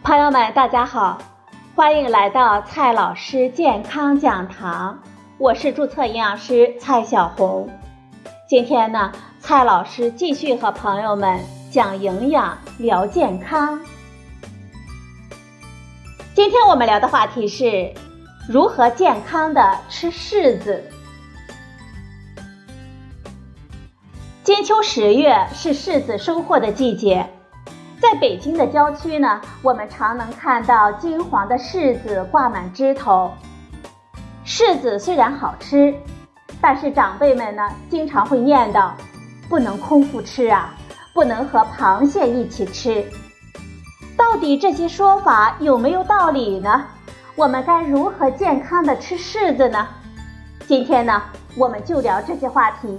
朋友们大家好，欢迎来到蔡老师健康讲堂，我是注册营养师蔡小红。今天呢，蔡老师继续和朋友们讲营养聊健康。今天我们聊的话题是如何健康的吃柿子。金秋10月是柿子收获的季节，在北京的郊区呢，我们常能看到金黄的柿子挂满枝头。柿子虽然好吃，但是长辈们呢，经常会念叨，不能空腹吃啊，不能和螃蟹一起吃。到底这些说法有没有道理呢？我们该如何健康的吃柿子呢？今天呢，我们就聊这些话题。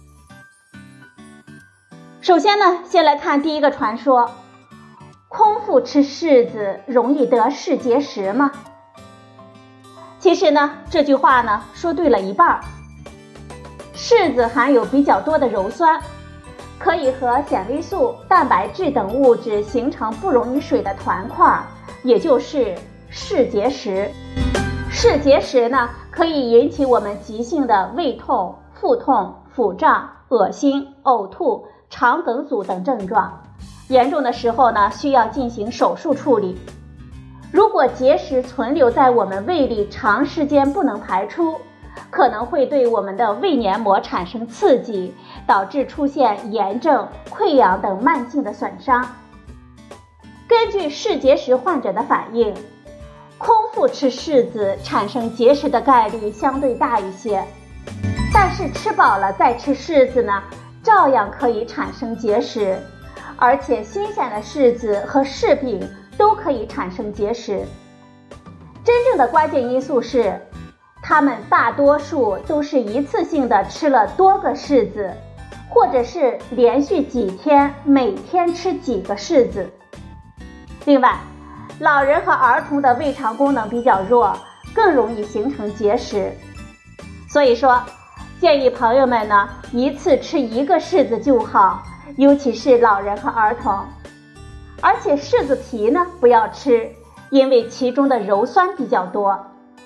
首先呢，先来看第一个传说，空腹吃柿子容易得肾结石吗？其实呢，这句话呢说对了一半。柿子含有比较多的鞣酸，可以和纤维素、蛋白质等物质形成不溶于水的团块，也就是肾结石。肾结石呢，可以引起我们急性的胃痛、腹痛、腹胀、恶心、呕吐、肠梗阻等症状，严重的时候呢，需要进行手术处理。如果结石存留在我们胃里长时间不能排出，可能会对我们的胃黏膜产生刺激，导致出现炎症、溃疡等慢性的损伤。根据肾结石患者的反应，空腹吃柿子产生结石的概率相对大一些，但是吃饱了再吃柿子呢，照样可以产生结石，而且新鲜的柿子和柿饼都可以产生结石。真正的关键因素是，它们大多数都是一次性的吃了多个柿子，或者是连续几天每天吃几个柿子。另外，老人和儿童的胃肠功能比较弱，更容易形成结石。所以说，建议朋友们呢，一次吃1个柿子就好，尤其是老人和儿童。而且柿子皮呢不要吃，因为其中的鞣酸比较多。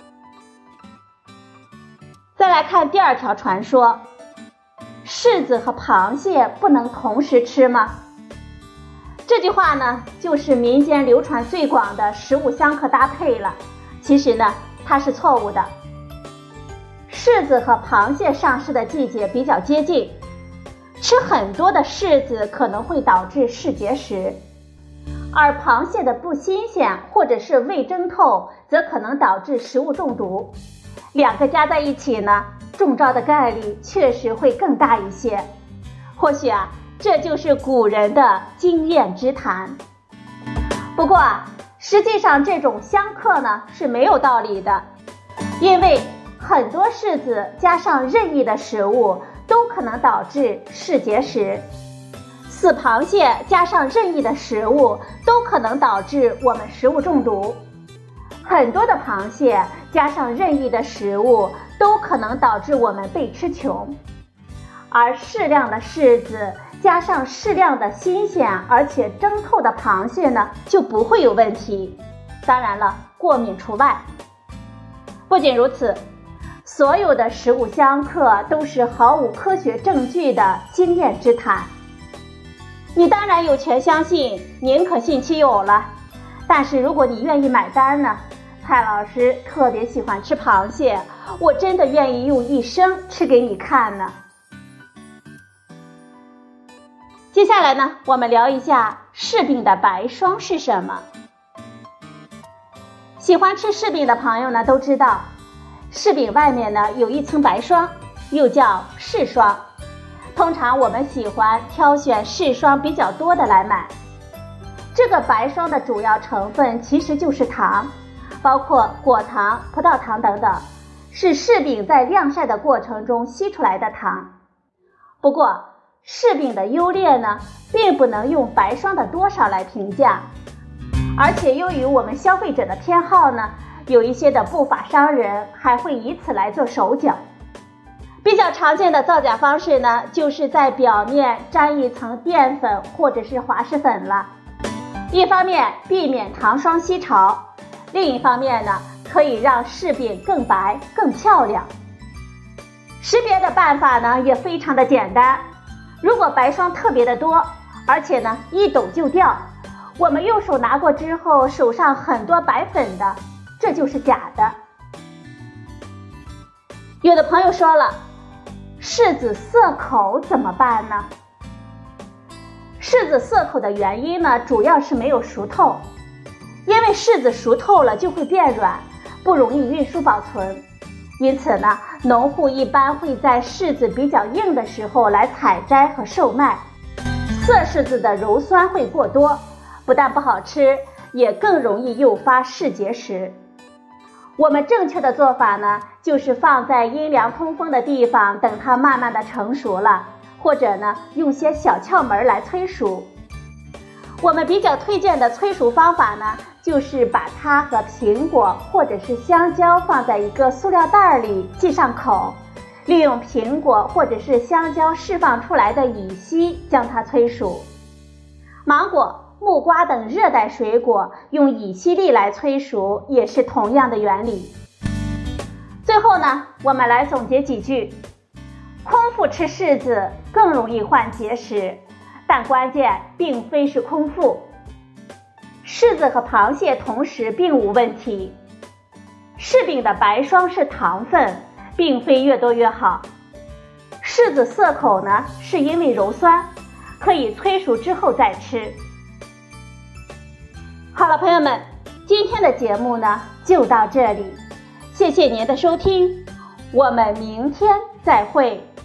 再来看第二条传说，柿子和螃蟹不能同时吃吗？这句话呢，就是民间流传最广的食物相克搭配了。其实呢，它是错误的。柿子和螃蟹上市的季节比较接近，吃很多的柿子可能会导致肾结石，而螃蟹的不新鲜或者是未蒸透，则可能导致食物中毒。两个加在一起呢，中招的概率确实会更大一些。或许啊，这就是古人的经验之谈。不过啊，实际上这种相克呢是没有道理的，因为很多柿子加上任意的食物都可能导致肾结石，死螃蟹加上任意的食物都可能导致我们食物中毒，很多的螃蟹加上任意的食物都可能导致我们被吃穷，而适量的柿子加上适量的新鲜而且蒸透的螃蟹呢，就不会有问题。当然了，过敏除外。不仅如此，所有的食物相克都是毫无科学证据的经验之谈。你当然有权相信，宁可信其有了。但是如果你愿意买单呢，蔡老师特别喜欢吃螃蟹，我真的愿意用一生吃给你看呢。接下来呢，我们聊一下柿饼的白霜是什么。喜欢吃柿饼的朋友呢，都知道柿饼外面呢有一层白霜，又叫柿霜。通常我们喜欢挑选柿霜比较多的来买。这个白霜的主要成分其实就是糖，包括果糖、葡萄糖等等，是柿饼在晾晒的过程中吸出来的糖。不过柿饼的优劣呢，并不能用白霜的多少来评价，而且由于我们消费者的偏好呢，有一些的不法商人还会以此来做手脚。比较常见的造假方式呢，就是在表面沾一层淀粉或者是滑石粉了。 一方面避免糖霜吸潮，另一方面呢，可以让柿饼更白更漂亮。识别的办法呢也非常的简单，如果白霜特别的多，而且呢一抖就掉，我们用手拿过之后手上很多白粉的，这就是假的。有的朋友说了，柿子涩口怎么办呢？柿子涩口的原因呢，主要是没有熟透，因为柿子熟透了就会变软，不容易运输保存，因此呢，农户一般会在柿子比较硬的时候来采摘和售卖。涩柿子的鞣酸会过多，不但不好吃，也更容易诱发柿结石。我们正确的做法呢，就是放在阴凉通风的地方，等它慢慢的成熟了，或者呢，用些小窍门来催熟。我们比较推荐的催熟方法呢，就是把它和苹果或者是香蕉放在一个塑料袋里，系上口，利用苹果或者是香蕉释放出来的乙烯将它催熟。芒果、木瓜等热带水果用乙烯粒来催熟，也是同样的原理。最后呢，我们来总结几句：空腹吃柿子更容易患结石，但关键并非是空腹。柿子和螃蟹同时并无问题。柿饼的白霜是糖分，并非越多越好。柿子涩口呢，是因为鞣酸，可以催熟之后再吃。好了，朋友们，今天的节目呢就到这里，谢谢您的收听，我们明天再会。